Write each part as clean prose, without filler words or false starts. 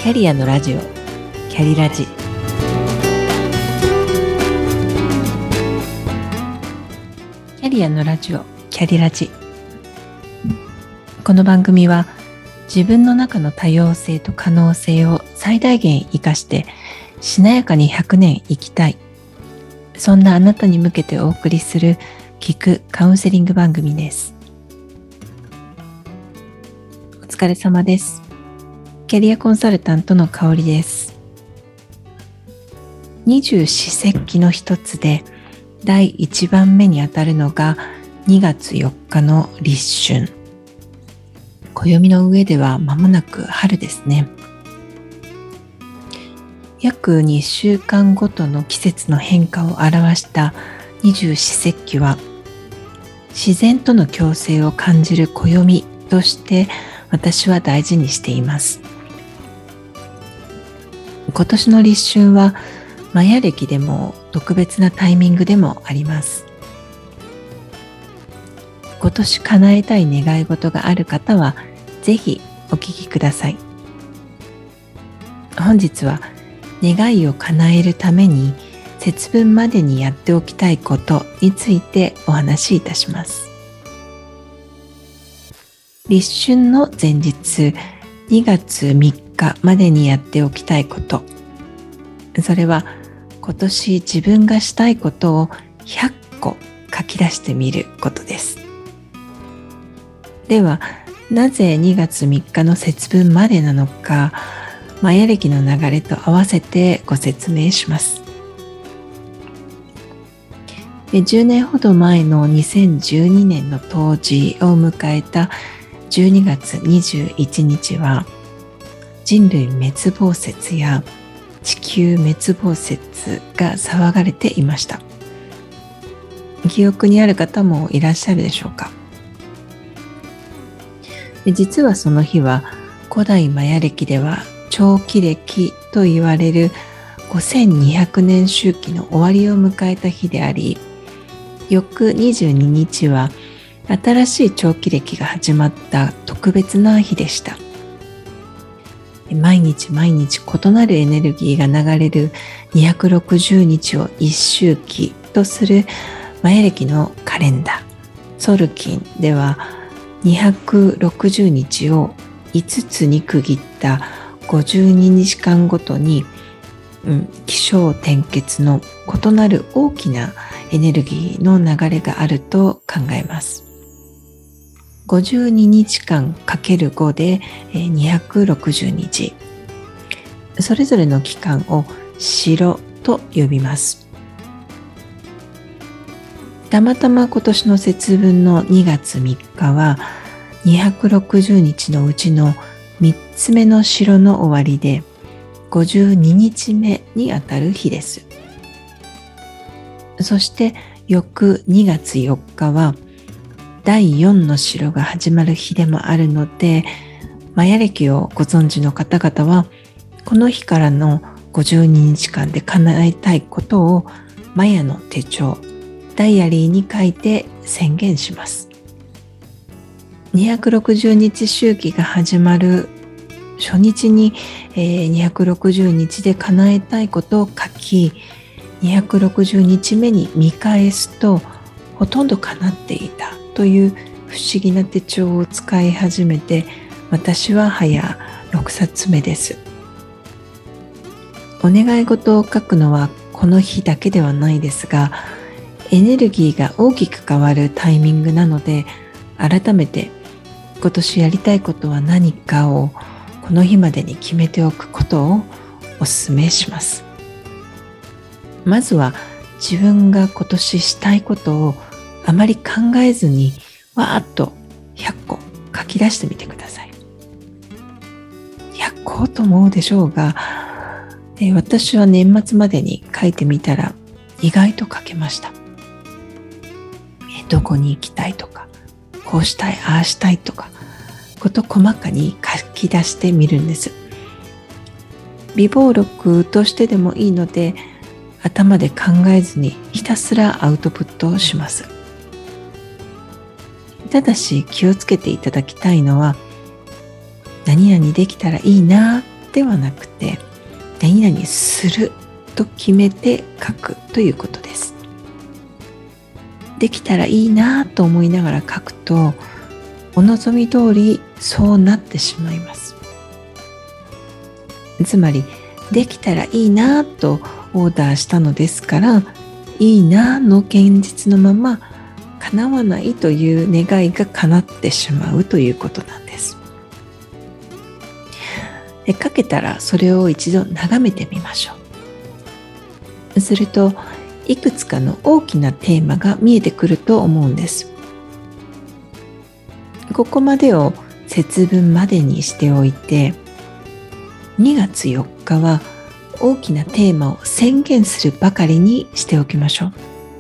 キャリアのラジオ、キャリラジ。キャリアのラジオ、キャリラジ。この番組は自分の中の多様性と可能性を最大限生かしてしなやかに100年生きたい、そんなあなたに向けてお送りする聞くカウンセリング番組です。お疲れ様です。キャリアコンサルタントの香里です。二十四節気の一つで第1番目にあたるのが2月4日の立春。暦の上では間もなく春ですね。約2週間ごとの季節の変化を表した二十四節気は、自然との共生を感じる暦として私は大事にしています。今年の立春はマヤ暦でも特別なタイミングでもあります。今年叶えたい願い事がある方はぜひお聞きください。本日は願いを叶えるために節分までにやっておきたいことについてお話しいたします。立春の前日2月3日までにやっておきたいこと、それは今年自分がしたいことを100個書き出してみることです。ではなぜ2月3日の節分までなのか、マヤ暦の流れと合わせてご説明します。10年ほど前の2012年の冬至を迎えた12月21日は人類滅亡説や地球滅亡説が騒がれていました。記憶にある方もいらっしゃるでしょうか。実はその日は古代マヤ暦では長期暦と言われる5200年周期の終わりを迎えた日であり、翌22日は新しい長期暦が始まった特別な日でした。毎日毎日異なるエネルギーが流れる260日を一周期とするマヤ暦のカレンダーソルキンでは、260日を5つに区切った52日間ごとに、起承転結の異なる大きなエネルギーの流れがあると考えます。52日間 ×5 で260日。それぞれの期間を白と呼びます。たまたま今年の節分の2月3日は260日のうちの3つ目の白の終わりで52日目にあたる日です。そして翌2月4日は第4の白が始まる日でもあるので、マヤ暦をご存知の方々はこの日からの52日間で叶えたいことをマヤの手帳ダイアリーに書いて宣言します。260日周期が始まる初日に260日で叶えたいことを書き、260日目に見返すとほとんど叶っていたという不思議な手帳を使い始めて、私は早6冊目です。お願い事を書くのはこの日だけではないですが、エネルギーが大きく変わるタイミングなので、改めて今年やりたいことは何かをこの日までに決めておくことをお勧めします。まずは自分が今年したいことをあまり考えずにわーっと100個書き出してみてください。100個と思うでしょうが、私は年末までに書いてみたら意外と書けました。どこに行きたいとか、こうしたい、ああしたいとか、事細かに書き出してみるんです。備忘録としてでもいいので、頭で考えずにひたすらアウトプットをします。ただし気をつけていただきたいのは、何々できたらいいなではなくて、何々すると決めて書くということです。できたらいいなと思いながら書くと、お望み通りそうなってしまいます。つまり、できたらいいなとオーダーしたのですから、いいなの現実のまま叶わないという願いが叶ってしまうということなんです。で、書けたらそれを一度眺めてみましょう。すると、いくつかの大きなテーマが見えてくると思うんです。ここまでを節分までにしておいて、2月4日は大きなテーマを宣言するばかりにしておきましょう。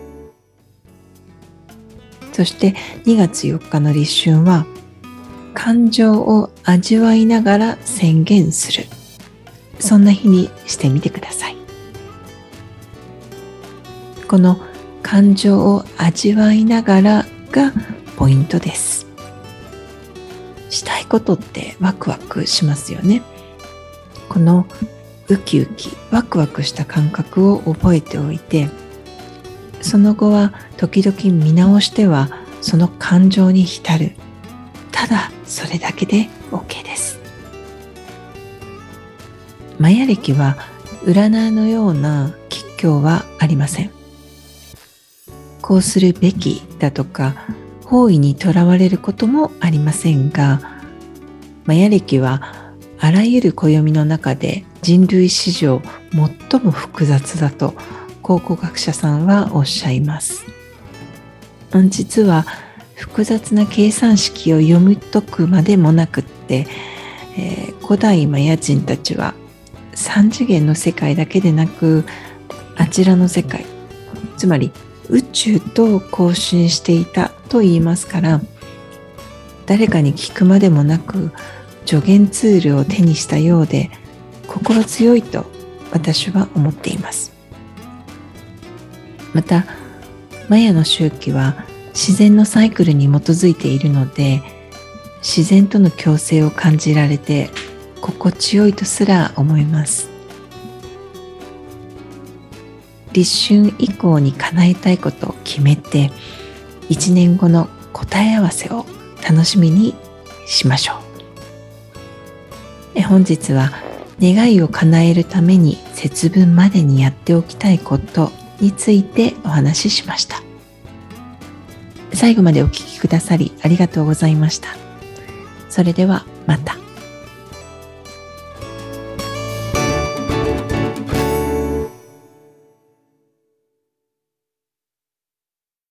そして2月4日の立春は、感情を味わいながら宣言する。そんな日にしてみてください。この感情を味わいながらがポイントです。したいことってワクワクしますよね。このウキウキワクワクした感覚を覚えておいて、その後は時々見直してはその感情に浸る。ただそれだけで OK です。マヤ暦は占いのような吉凶はありません。こうするべきだとか方位にとらわれることもありませんが、マヤ暦はあらゆる暦の中で人類史上最も複雑だと考古学者さんはおっしゃいます。実は複雑な計算式を読み解くまでもなくって、古代マヤ人たちは3次元の世界だけでなく、あちらの世界、つまり宇宙と交信していたと言いますから、誰かに聞くまでもなく助言ツールを手にしたようで心強いと私は思っています。また、マヤの周期は自然のサイクルに基づいているので、自然との共生を感じられて心地よいとすら思います。立春以降に叶えたいことを決めて、1年後の答え合わせを楽しみにしましょう。本日は願いを叶えるために節分までにやっておきたいことについてお話ししました。最後までお聞きくださりありがとうございました。それではまた。